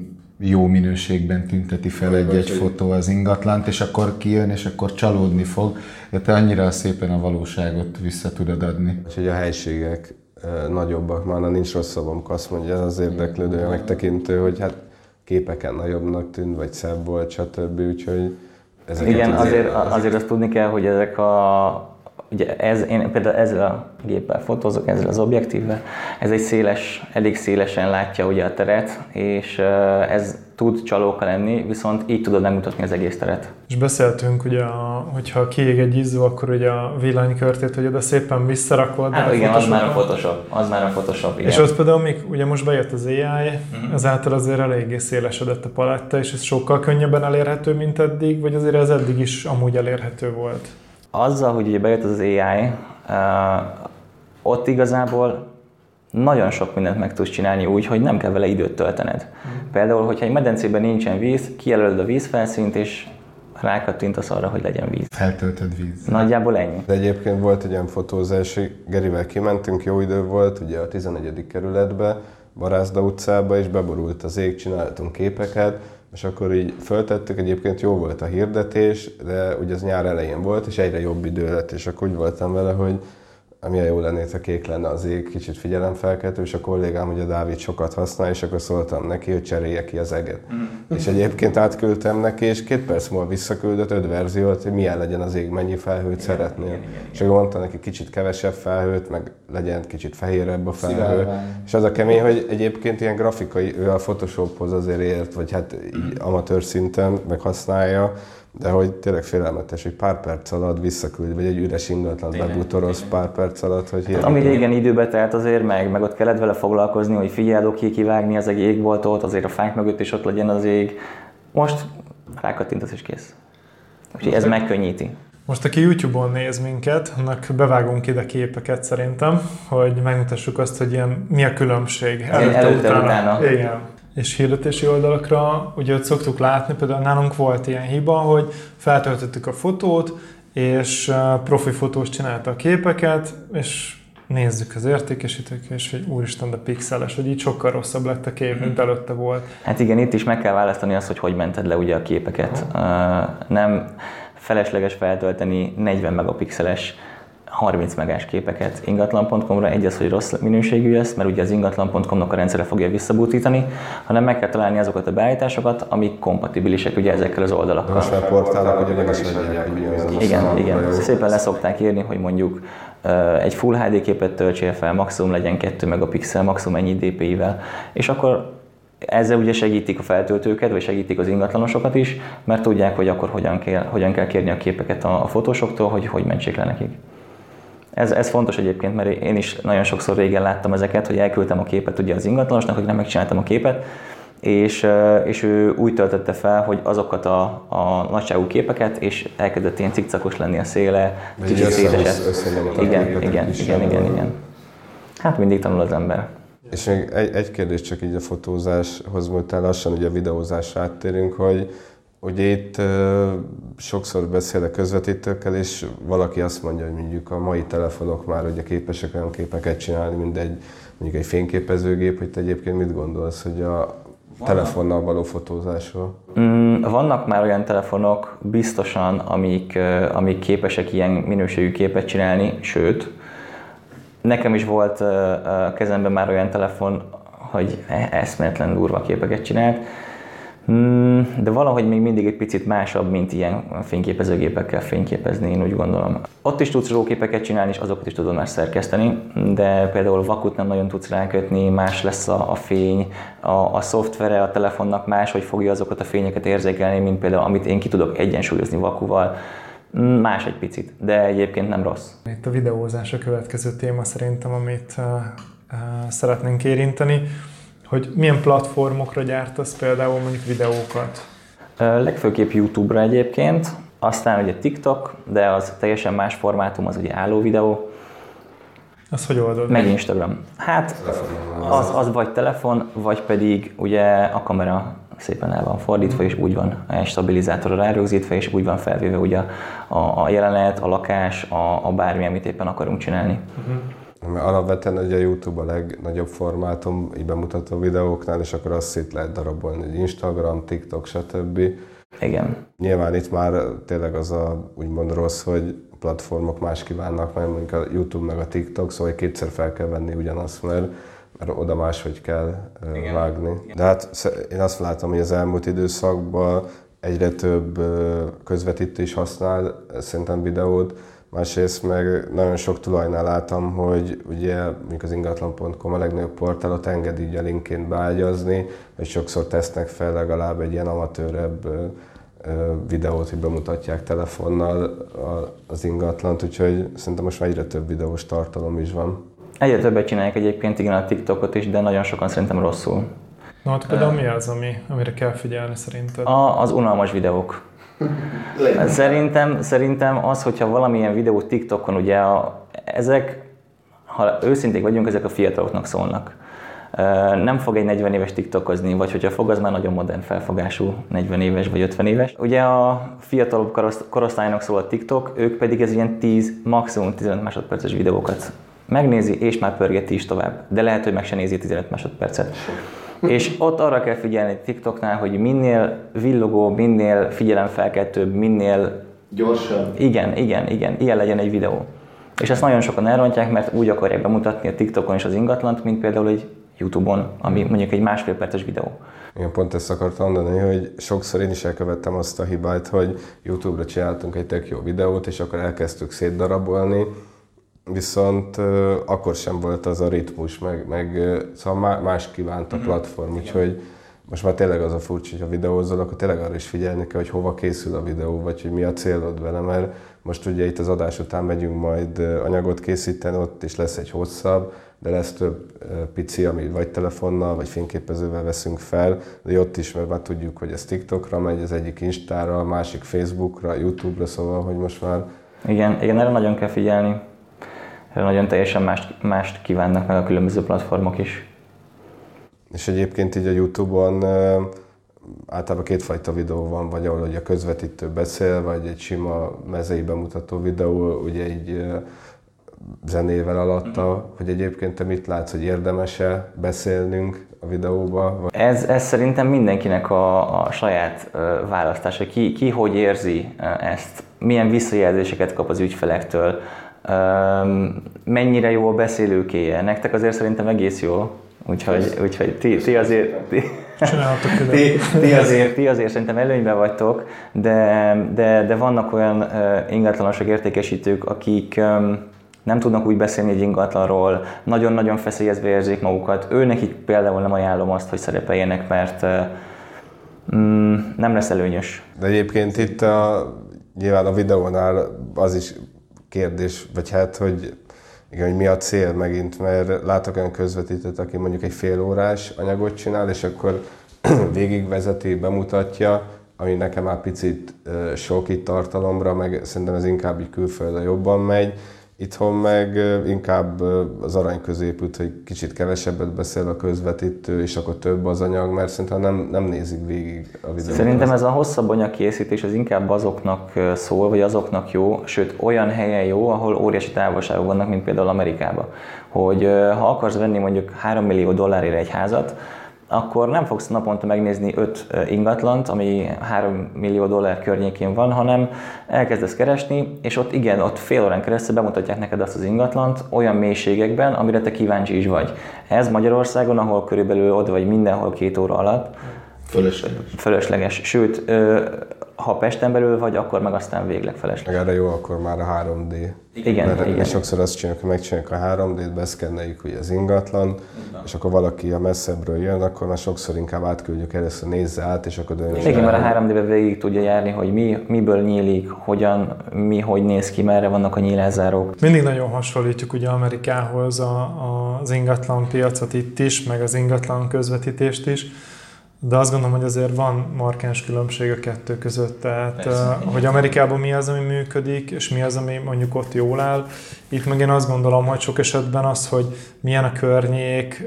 jó minőségben tünteti fel egy-egy fotó az ingatlant, és akkor kijön, és akkor csalódni fog, de te annyira szépen a valóságot vissza tudod adni. És hogy a helységek nagyobbak, már nincs rosszabb, amikor azt mondja az érdeklődő, a megtekintő, hogy hát képeken nagyobbnak tűnt, vagy szebb volt, stb. Úgyhogy igen, azért, azért azt tudni kell, hogy ezek a ugye ez, én például ezzel a géppel fotózok, ezzel az objektívvel, ez egy széles, elég szélesen látja ugye a teret, és ez tud csalóka lenni, viszont így tudod megmutatni az egész teret. És beszéltünk, ugye, a, hogyha kiég egy izzó, akkor ugye a villanykörtét, hogy oda szépen visszarakod. Hát igen, az már a Photoshop, az már a Photoshop, igen. És ott például még, ugye most bejött az á i, uh-huh. ezáltal azért eléggé szélesedett a paletta, és ez sokkal könnyebben elérhető, mint eddig, vagy azért ez eddig is amúgy elérhető volt? Azzal, hogy ugye bejött az á i, uh, ott igazából nagyon sok mindent meg tudsz csinálni úgy, hogy nem kell vele időt töltened. Mm. Például, hogyha egy medencében nincsen víz, kijelölöd a vízfelszínt, és rákattintasz arra, hogy legyen víz. Feltöltöd víz. Nagyjából ennyi. De egyébként volt egy olyan fotózás, hogy Gerivel kimentünk, jó idő volt, ugye a tizennegyedik kerületbe, Barázda utcába, és beborult az ég, csináltunk képeket, és akkor így föltettük, egyébként jó volt a hirdetés, de ugye az nyár elején volt, és egyre jobb idő lett, és akkor úgy voltam vele, hogy milyen jó lenne, ha kék lenne az ég, kicsit figyelemfelkeltő, és a kollégám, ugye Dávid sokat használ, és akkor szóltam neki, hogy cserélje ki az eget. Mm. És egyébként átküldtem neki, és két perc múlva visszaküldött öt verziót, hogy milyen legyen az ég, mennyi felhőt igen, szeretnél. Igen, igen, és akkor mondta neki kicsit kevesebb felhőt, meg legyen kicsit fehérebb a felhő. Szíválvány. És az a kemény, hogy egyébként ilyen grafikai, ő a Photoshophoz azért ért, vagy hát így amatőr szinten meg használja, de hogy tényleg félelmetes, hogy pár perc alatt visszaküld, vagy egy üres ingatlant bebutoroz pár perc alatt, hogy hát, ami régen időbe telt azért meg, meg ott kellett vele foglalkozni, hogy figyeld, oké, kivágni az egy égboltot, azért a fánk mögött is ott legyen az ég. Most rákattintasz és kész. Úgyhogy ez megkönnyíti. Most aki YouTube-on néz minket, annak bevágunk ide képeket szerintem, hogy megmutassuk azt, hogy ilyen, mi a különbség. Előtte, előtte utána. utána. Igen. És hirdetési oldalakra, ugye ott szoktuk látni, például nálunk volt ilyen hiba, hogy feltöltöttük a fotót, és profi fotós csinálta a képeket, és nézzük az értékesítők, és hogy úristen, de pixeles, hogy így sokkal rosszabb lett a kép, mint előtte volt. Hát igen, itt is meg kell választani azt, hogy hogy mented le ugye a képeket. Uh, nem felesleges feltölteni negyven megapixeles harminc megás képeket ingatlan pont com-ra, egy az, hogy rossz minőségű lesz, mert ugye az ingatlan pont com-nak a rendszere fogja visszabútítani, hanem meg kell találni azokat a beállításokat, amik kompatibilisek ugye ezekkel az oldalakkal. Most már portálok ugye meg is legyenek, hogy mi az. Igen, igen. Szépen leszokták írni, hogy mondjuk uh, egy Full há dé képet töltsél fel, maximum legyen kettő megapixel, maximum ennyi dé pé i-vel, és akkor ezzel ugye segítik a feltöltőket, vagy segítik az ingatlanosokat is, mert tudják, hogy akkor hogyan kell, hogyan kell kérni a képeket a, a fotósoktól, hogy hogy mentsék le nekik. Ez, ez fontos egyébként, mert én is nagyon sokszor régen láttam ezeket, hogy elküldtem a képet ugye az ingatlanosnak, hogy nem megcsináltam a képet, és, és ő úgy töltötte fel, hogy azokat a, a nagyságú képeket, és elkezdett ilyen cikcakos lenni a széle, kicsit szétesett. Igen, igen, igen, igen, igen, igen. Hát mindig tanul az ember. És még egy, egy kérdés csak így a fotózáshoz, miután lassan ugye a videózásra áttérünk, hogy ugye itt uh, sokszor beszélek közvetítőkkel, és valaki azt mondja, hogy mondjuk a mai telefonok már ugye képesek olyan képeket csinálni, mint egy, mondjuk egy fényképezőgép, hogy te egyébként mit gondolsz, hogy a telefonnal való fotózásról? Mm, vannak már olyan telefonok biztosan, amik, uh, amik képesek ilyen minőségű képet csinálni, sőt, nekem is volt uh, uh, kezemben már olyan telefon, hogy eszméletlen durva képeket csinált, de valahogy még mindig egy picit másabb, mint ilyen fényképezőgépekkel fényképezni, én úgy gondolom. Ott is tudsz róképeket csinálni, és azokat is tudod már szerkeszteni, de például vakut nem nagyon tudsz rákötni, más lesz a, a fény, a, a szoftvere a telefonnak más, hogy fogja azokat a fényeket érzékelni, mint például amit én ki tudok egyensúlyozni vakuval. Más egy picit, de egyébként nem rossz. Itt a videózás a következő téma szerintem, amit uh, uh, szeretnénk érinteni. Hogy milyen platformokra gyártasz például mondjuk videókat? Legfőképp YouTube-ra egyébként, aztán ugye TikTok, de az teljesen más formátum, az ugye álló videó. Az hogy oldod? Meg Instagram. Hát az, az vagy telefon, vagy pedig ugye a kamera szépen el van fordítva, és úgy van egy stabilizátorra rárögzítve, és úgy van felvéve ugye a, a jelenet, a lakás, a, a bármi, amit éppen akarunk csinálni. Uh-huh. Alapvetően ugye a YouTube a legnagyobb formátum, így bemutató videóknál, és akkor azt szét lehet darabolni, hogy Instagram, TikTok, stb. Igen. Nyilván itt már tényleg az a úgymond rossz, hogy platformok más kívánnak, mert mondjuk a YouTube meg a TikTok, szóval kétszer fel kell venni ugyanazt, mert, mert oda máshogy kell Igen. vágni. De hát én azt látom, hogy az elmúlt időszakban egyre több közvetítő is használ szerintem videót, másrészt meg nagyon sok tulajnál láttam, hogy ugye mondjuk az ingatlan pont com a legnagyobb portálot engedi így a linkként beágyazni, és sokszor tesznek fel legalább egy ilyen amatőrebb videót, hogy bemutatják telefonnal az ingatlant, úgyhogy szerintem most már egyre több videós tartalom is van. Egyre többet csinálják egyébként, igen, a TikTokot is, de nagyon sokan szerintem rosszul. Na hát például mi az, ami, amire kell figyelni szerinted? A, az unalmas videók. Szerintem, szerintem az, hogyha valamilyen videó TikTokon, ugye a, ezek, ha őszinték vagyunk, ezek a fiataloknak szólnak. Nem fog egy negyven éves TikTokozni, vagy hogyha fog, az már nagyon modern felfogású negyven éves vagy ötven éves. Ugye a fiatalabb korosztálynak szól a TikTok, ők pedig ez ilyen tíz, maximum tizenöt másodperces videókat megnézi, és már pörgeti is tovább. De lehet, hogy meg se nézi tizenöt másodpercet. És ott arra kell figyelni TikToknál, hogy minél villogó, minél figyelemfelkeltőbb, minél gyorsabb. Igen, igen, igen, ilyen legyen egy videó. És ezt nagyon sokan elrontják, mert úgy akarják bemutatni a TikTokon is az ingatlant, mint például egy YouTube-on, ami mondjuk egy másfél perces videó. Igen, pont ezt akartam mondani, hogy sokszor én is elkövettem azt a hibát, hogy YouTube-ra csináltunk egy tök jó videót, és akkor elkezdtük szétdarabolni, viszont uh, akkor sem volt az a ritmus, meg, meg uh, szóval más kívánt a platform, úgyhogy most már tényleg az a furcsa, hogy ha videózol, akkor tényleg arra is figyelni kell, hogy hova készül a videó, vagy hogy mi a célod vele, mert most ugye itt az adás után megyünk majd anyagot készíteni, ott is lesz egy hosszabb, de lesz több pici, ami vagy telefonnal, vagy fényképezővel veszünk fel, de ott is, mert már tudjuk, hogy ez TikTokra megy, az egyik Instára, a másik Facebookra, YouTube-ra, szóval, hogy most már... Igen, igen, erre nagyon kell figyelni. Erre nagyon teljesen mást, mást kívánnak meg a különböző platformok is. És egyébként így a YouTube-on általában kétfajta videó van, vagy ahol ugye a közvetítő beszél, vagy egy sima mezei bemutató videó, ugye egy zenével alatta, mm-hmm. hogy egyébként te mit látsz, hogy érdemes-e beszélnünk a videóba? Ez, ez szerintem mindenkinek a, a saját választása. Ki, ki hogy érzi ezt, milyen visszajelzéseket kap az ügyfelektől, mennyire jó a beszélőkéje. Nektek azért szerintem egész jó. Úgyhogy, úgyhogy ti, ti, azért, ti, ti, ti, azért, ti azért szerintem előnyben vagytok, de, de, de vannak olyan ingatlanosok, értékesítők, akik nem tudnak úgy beszélni egy ingatlanról, nagyon-nagyon feszélyezve érzik magukat. Ő nekik például nem ajánlom azt, hogy szerepeljenek, mert mm, nem lesz előnyös. De egyébként itt a, nyilván a videónál az is kérdés, vagy hát, hogy igen, hogy mi a cél megint, mert látok olyan közvetítőt, aki mondjuk egy fél órás anyagot csinál, és akkor végigvezeti, bemutatja, ami nekem már picit sok itt tartalomra, meg szerintem ez inkább így külföldre jobban megy. Itthon meg inkább az arany középút, hogy kicsit kevesebbet beszél a közvetítő, és akkor több az anyag, mert szerintem nem, nem nézik végig a videót. Szerintem ez a hosszabb anyagkészítés az inkább azoknak szól, vagy azoknak jó, sőt olyan helyen jó, ahol óriási távolságok vannak, mint például Amerikában. Hogy ha akarsz venni mondjuk három millió dollárért egy házat, akkor nem fogsz naponta megnézni öt ingatlant, ami három millió dollár környékén van, hanem elkezdesz keresni, és ott igen, ott fél órán keresztül bemutatják neked azt az ingatlant olyan mélységekben, amire te kíváncsi is vagy. Ez Magyarországon, ahol körülbelül oda vagy mindenhol két óra alatt, fölösleges. Fölösleges. Sőt, ha Pesten belül vagy, akkor meg aztán végleg felesleges. Meg erre jó, akkor már a három dé. Igen, mert igen. Sokszor azt csináljuk, hogy megcsináljuk a három dét, beszkenneljük ugye az ingatlan, igen. És akkor valaki a messzebbről jön, akkor már sokszor inkább átküldjük először, nézze át, és akkor döntsön. Igen, mert a három dé-ben végig tudja járni, hogy mi, miből nyílik, hogyan, mi, hogy néz ki, merre vannak a nyílászárók. Mindig nagyon hasonlítjuk ugye Amerikához a, a, az ingatlan piacot itt is, meg az ingatlan közvetítést is. De azt gondolom, hogy azért van markáns különbség a kettő között, tehát Persze, hogy Amerikában mi az, ami működik, és mi az, ami mondjuk ott jól áll. Itt meg én azt gondolom, hogy sok esetben az, hogy milyen a környék,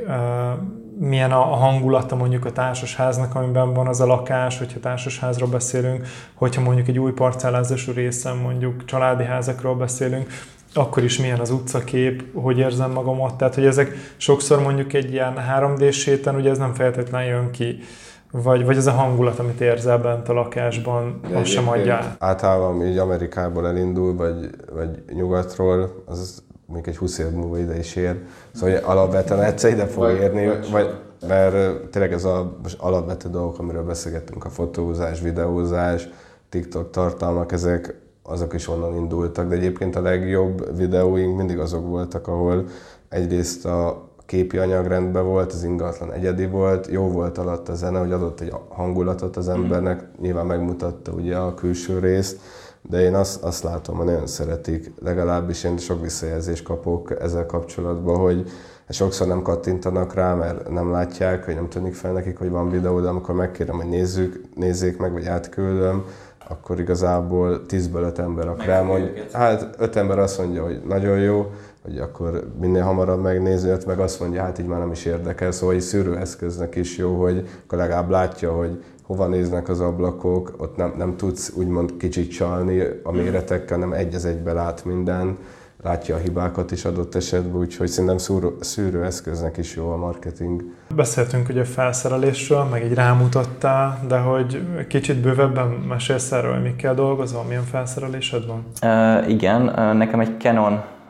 milyen a hangulata mondjuk a társasháznak, amiben van az a lakás, hogyha társasházról beszélünk, hogyha mondjuk egy új parcellázású részen mondjuk családi házakról beszélünk, akkor is milyen az utcakép, hogy érzem magam ott. Tehát, hogy ezek sokszor mondjuk egy ilyen három dés sétán, ugye ez nem feltétlenül jön ki. Vagy, vagy ez a hangulat, amit érzel bent a lakásban, azt sem adja át. Általában így Amerikából elindul, vagy, vagy nyugatról, az még egy húsz év múlva ide is ér. Szóval alapvetően egyszer ide fog vagy, érni, vagy, vagy, mert tényleg ez a alapvető dolgok, amiről beszélgettünk, a fotózás, videózás, TikTok tartalmak, ezek azok is onnan indultak, de egyébként a legjobb videóink mindig azok voltak, ahol egyrészt a képi anyag rendben volt, az ingatlan egyedi volt, jó volt alatt a zene, hogy adott egy hangulatot az embernek, nyilván megmutatta ugye a külső részt, de én azt, azt látom, hogy nagyon szeretik, legalábbis én sok visszajelzést kapok ezzel kapcsolatban, hogy sokszor nem kattintanak rá, mert nem látják, hogy nem tűnik fel nekik, hogy van videó, de amikor megkérem, hogy nézzük, nézzék meg, vagy átküldöm, akkor igazából tízből öt ember akar elmondja. Hát öt ember azt mondja, hogy nagyon jó, hogy akkor minél hamarabb megnézni, öt meg azt mondja, hát így már nem is érdekel. Szóval egy szűrőeszköznek is jó, hogy akkor legalább látja, hogy hova néznek az ablakok, ott nem, nem tudsz úgymond kicsit csalni a méretekkel, nem egy az egybe lát minden, látja a hibákat is adott esetben, úgyhogy szerintem szűrő, szűrőeszköznek is jó a marketing. Beszéltünk ugye felszerelésről, meg így rámutattál, de hogy kicsit bővebben mesélsz erről, hogy mikkel dolgozol, milyen felszerelésed van? Uh, igen, uh, nekem egy Canon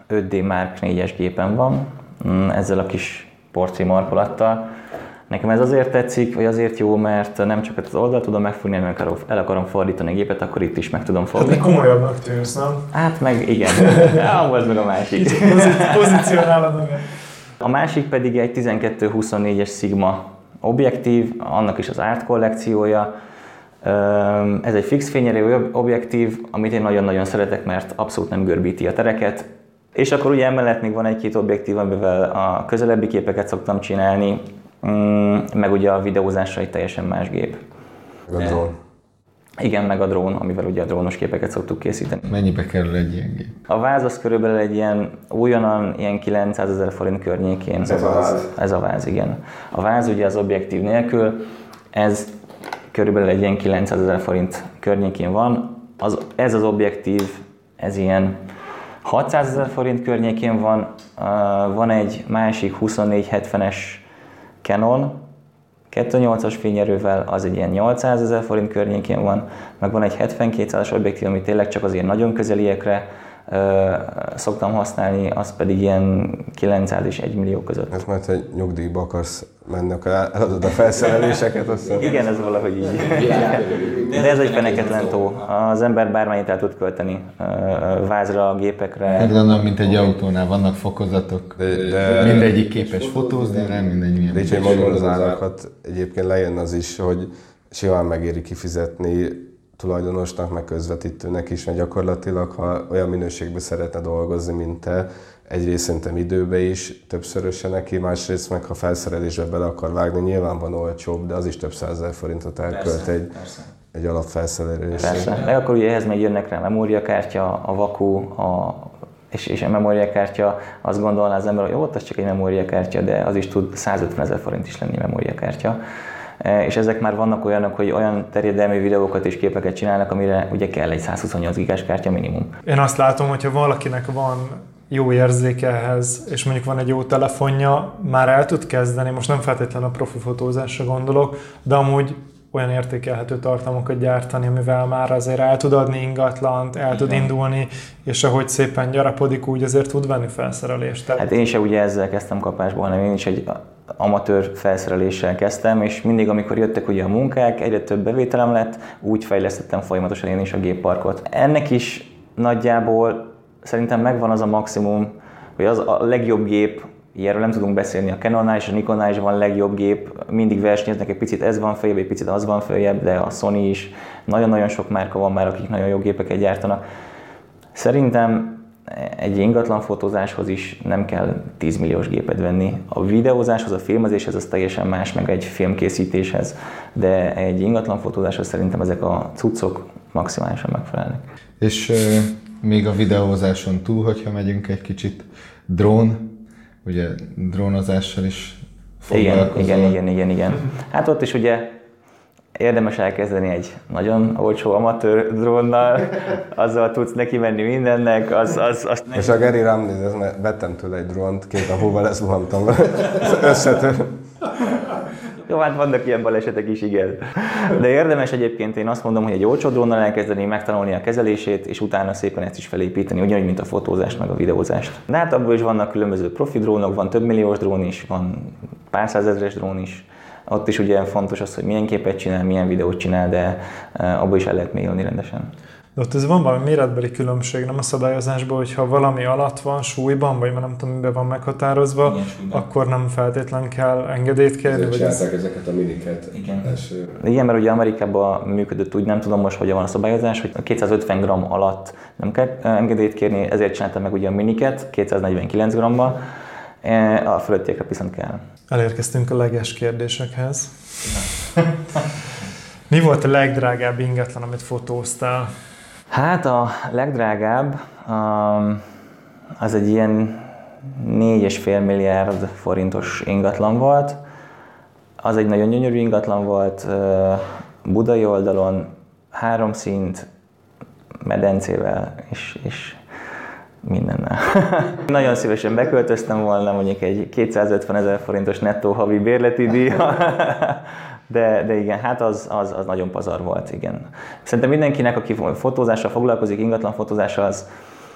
öt dé Mark négyes gépen van, ezzel a kis portré markolattal. Nekem ez azért tetszik, vagy azért jó, mert nem csak az oldalt tudom megfogni, hanem el akarom fordítani a gépet, akkor itt is meg tudom fogni. Hát komolyabbnak tűnsz, nem? Hát meg igen, ja, az meg a másik. Pozícionálod meg. A másik pedig egy tizenkettő huszonnégyes Sigma objektív, annak is az Art kollekciója. Ez egy fix fényerő objektív, amit én nagyon-nagyon szeretek, mert abszolút nem görbíti a tereket. És akkor ugye emellett még van egy-két objektív, amivel a közelebbi képeket szoktam csinálni, meg ugye a videózásra egy teljesen más gép. A drón. Igen, meg a drón, amivel ugye a drónos képeket szoktuk készíteni. Mennyibe kerül egy ilyen gép? A váz az körülbelül egy ilyen, újonnan ilyen kilencszázezer forint környékén. Ez a váz? Ez a váz, igen. A váz ugye az objektív nélkül, ez körülbelül egy ilyen kilencszázezer forint környékén van. Az, ez az objektív, ez ilyen hatszázezer forint környékén van. Uh, van egy másik huszonnégy hetvenes Canon, kettő nyolcas fényerővel, az egy ilyen nyolcszázezer forint környékén van, meg van egy hetvenkétszázas objektív, ami tényleg csak az ilyen nagyon közeliekre ö, szoktam használni, az pedig ilyen kilencszáz és egy millió között. Ez majd, hogy nyugdíjba akarsz menni, akkor eladod a felszereléseket, aztán... Igen, ez valahogy így. De ez egy feneketlen tó. Az ember bármennyit el tud költeni vázra, gépekre. Hát gondolom, mint egy autónál vannak fokozatok. De, de mindegyik képes fotózni, nem mindegy milyen. De így, hogy mondom az árakat, egyébként lejön az is, hogy simán megéri kifizetni tulajdonosnak, meg közvetítőnek is, mert gyakorlatilag, ha olyan minőségben szeretne dolgozni, mint te, egyrészt szerintem időbe is többszöröse neki, másrészt meg ha felszerelésbe bele akar vágni, nyilván van olcsóbb, de az is több százezer forintot elkölt persze, egy, persze. egy alapfelszerelésre. Persze, meg akkor ugye ehhez még jönnek rá a memóriakártya, a vaku, a, és, és a memóriakártya, azt gondolná az ember, hogy jó, az csak egy memóriakártya, de az is tud százötvenezer forint is lenni memóriakártya. És ezek már vannak olyanok, hogy olyan terjedelmű videókat és képeket csinálnak, amire ugye kell egy százhuszonnyolc gigás kártya minimum. Én azt látom, hogyha valakinek van jó érzéke ehhez, és mondjuk van egy jó telefonja, már el tud kezdeni, most nem feltétlenül a profi fotózásra gondolok, de amúgy olyan értékelhető tartalmakat gyártani, amivel már azért el tud adni ingatlant, el tud indulni, és ahogy szépen gyarapodik, úgy azért tud venni felszerelést. Tehát... Hát én is ugye ezzel kezdtem kapásból, hanem én is egy amatőr felszereléssel kezdtem, és mindig, amikor jöttek ugye a munkák, egyre több bevételem lett, úgy fejlesztettem folyamatosan én is a gépparkot. Ennek is nagyjából szerintem megvan az a maximum, hogy az a legjobb gép, ilyenről nem tudunk beszélni, a Canonnál és a Nikonnál is van legjobb gép, mindig versenyeznek, egy picit ez van följebb, egy picit az van följebb, de a Sony is, nagyon-nagyon sok márka van már, akik nagyon jó gépeket gyártanak. Szerintem egy ingatlan fotózáshoz is nem kell tíz milliós gépet venni. A videózáshoz, a filmezéshez az teljesen más, meg egy filmkészítéshez, de egy ingatlan fotózáshoz szerintem ezek a cuccok maximálisan megfelelnek. És euh, még a videózáson túl, hogyha megyünk egy kicsit, drón, ugye drónozással is foglalkozol. Igen, igen, igen, igen, igen. Hát ott is ugye érdemes elkezdeni egy nagyon olcsó amatőr drónnal, azzal tudsz neki menni mindennek, az... az, az és a Geri rám néz, mert vettem tőle egy drónt, két nap múlva lezuhantam vele, összetör. Jó, hát vannak ilyen balesetek is, igen. De érdemes egyébként, én azt mondom, hogy egy olcsó drónnal elkezdeni, megtanulni a kezelését, és utána szépen ezt is felépíteni, ugyanúgy, mint a fotózást, meg a videózást. De hát abból is vannak különböző profi drónok, van több milliós drón is, van pár százezres drón is. Ott is ugye fontos az, hogy milyen képet csinál, milyen videót csinál, de abból is el lehet mélyülni rendesen. De ott ez van valami méretbeli különbség, nem a szabályozásban, hogyha valami alatt van, súlyban, vagy már nem tudom, miben van meghatározva, akkor nem feltétlen kell engedélyt kérni. Ezért csinálták ezeket a miniket. Igen. És... Igen, mert ugye Amerikában működött úgy, nem tudom most, hogy van a szabályozás, hogy kétszázötven gramm alatt nem kell engedélyt kérni, ezért csináltam meg ugye a miniket kétszáznegyvenkilenc grammal, a fölöttiekre viszont kell. Elérkeztünk a leges kérdésekhez. Mi volt a legdrágább ingatlan, amit fotóztál? Hát a legdrágább az egy ilyen négy egész öt milliárd forintos ingatlan volt. Az egy nagyon gyönyörű ingatlan volt, budai oldalon, három szint, medencével és, és mindennel. Nagyon szívesen beköltöztem volna, mondjuk egy kétszázötvenezer forintos nettó havi bérleti díj. De, de igen, hát az, az, az nagyon pazar volt, igen. Szerintem mindenkinek, aki fotózással foglalkozik, ingatlan fotózással, az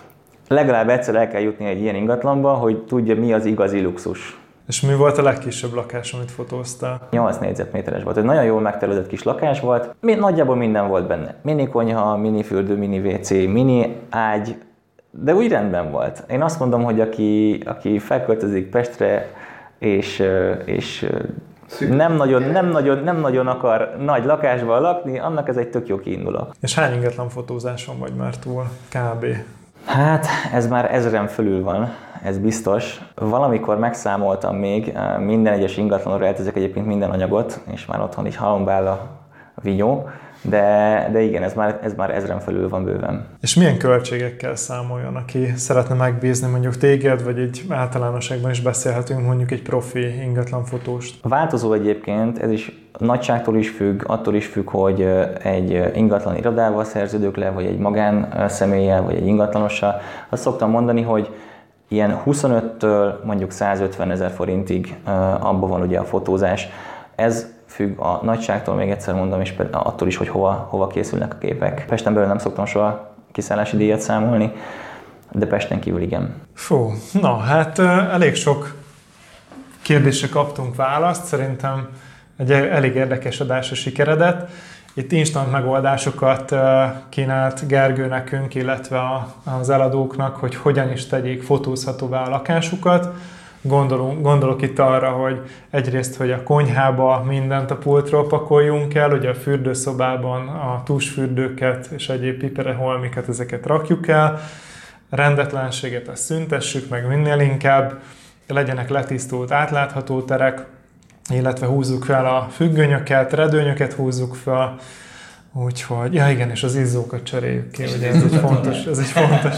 legalább egyszer el kell jutni egy ilyen ingatlanba, hogy tudja, mi az igazi luxus. És mi volt a legkisebb lakás, amit fotóztál? nyolc négyzetméteres volt. Ez nagyon jól megtervezett kis lakás volt. Nagyjából minden volt benne. Mini konyha, mini fürdő, mini vé cé, mini ágy, de úgy rendben volt. Én azt mondom, hogy aki, aki felköltözik Pestre, és, és nem, nagyon, nem, nagyon, nem nagyon akar nagy lakásban lakni, annak ez egy tök jó kiinduló. És hány ingatlan fotózáson vagy már túl? Kb. Hát ez már ezren fölül van, ez biztos. Valamikor megszámoltam még, minden egyes ingatlanról eltezek egyébként minden anyagot, és már otthon is halombál a vinyó, de, de igen, ez már, ez már ezren fölül van bőven. És milyen költségekkel számoljon, aki szeretne megbízni mondjuk téged, vagy egy általánosságban is beszélhetünk mondjuk egy profi ingatlanfotóst? Változó egyébként, ez is nagyságtól is függ, attól is függ, hogy egy ingatlan irodával szerződök le, vagy egy magánszemélyel, vagy egy ingatlanossal. Azt szoktam mondani, hogy ilyen huszonöttől mondjuk százötven ezer forintig abban van ugye a fotózás. Ez függ a nagyságtól, még egyszer mondom, és attól is, hogy hova, hova készülnek a képek. Pesten belül nem szoktam soha kiszállási díjat számolni, de Pesten kívül igen. Fú, na hát elég sok kérdésre kaptunk választ, szerintem egy elég érdekes adásra sikeredett. Itt instant megoldásokat kínált Gergő nekünk, illetve az eladóknak, hogy hogyan is tegyék fotózhatóvá a lakásukat. Gondolunk, gondolok itt arra, hogy egyrészt, hogy a konyhába mindent a pultról pakoljunk el, ugye a fürdőszobában a tusfürdőket és egyéb pipereholmikat, ezeket rakjuk el, rendetlenséget azt szüntessük meg minél inkább, legyenek letisztult, átlátható terek, illetve húzzuk fel a függönyöket, redőnyöket húzzuk fel, úgyhogy, ja igen, és az izzókat cseréljük ki, ugye ez egy fontos, ez egy fontos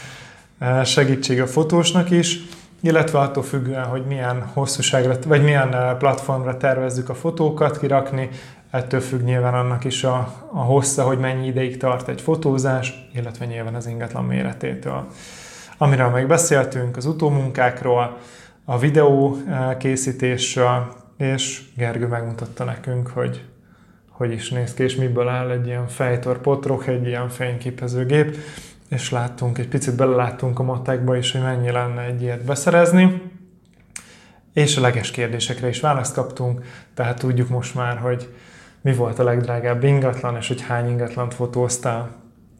segítség a fotósnak is, illetve attól függően, hogy milyen hosszúságra, vagy milyen platformra tervezzük a fotókat kirakni, ettől függ nyilván annak is a, a hossza, hogy mennyi ideig tart egy fotózás, illetve nyilván az ingatlan méretétől. Amiről még beszéltünk, az utómunkákról, a videó készítésről, és Gergő megmutatta nekünk, hogy hogy is néz ki, és miből áll egy ilyen fejtor potrok, egy ilyen fényképezőgép, és láttunk, egy picit beleláttunk a matekba is, hogy mennyi lenne egy ilyet beszerezni, és a leges kérdésekre is választ kaptunk, tehát tudjuk most már, hogy mi volt a legdrágább ingatlan, és hogy hány ingatlant fotóztál.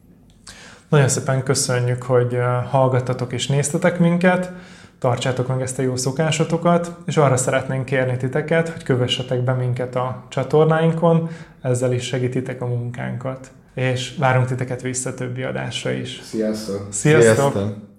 Nagyon szépen köszönjük, hogy hallgattatok és néztetek minket, tartsátok meg ezt a jó szokásotokat, és arra szeretnénk kérni titeket, hogy kövessetek be minket a csatornáinkon, ezzel is segítitek a munkánkat. És várunk titeket vissza többi adásra is. Sziasztok! Sziasztok! Sziasztok.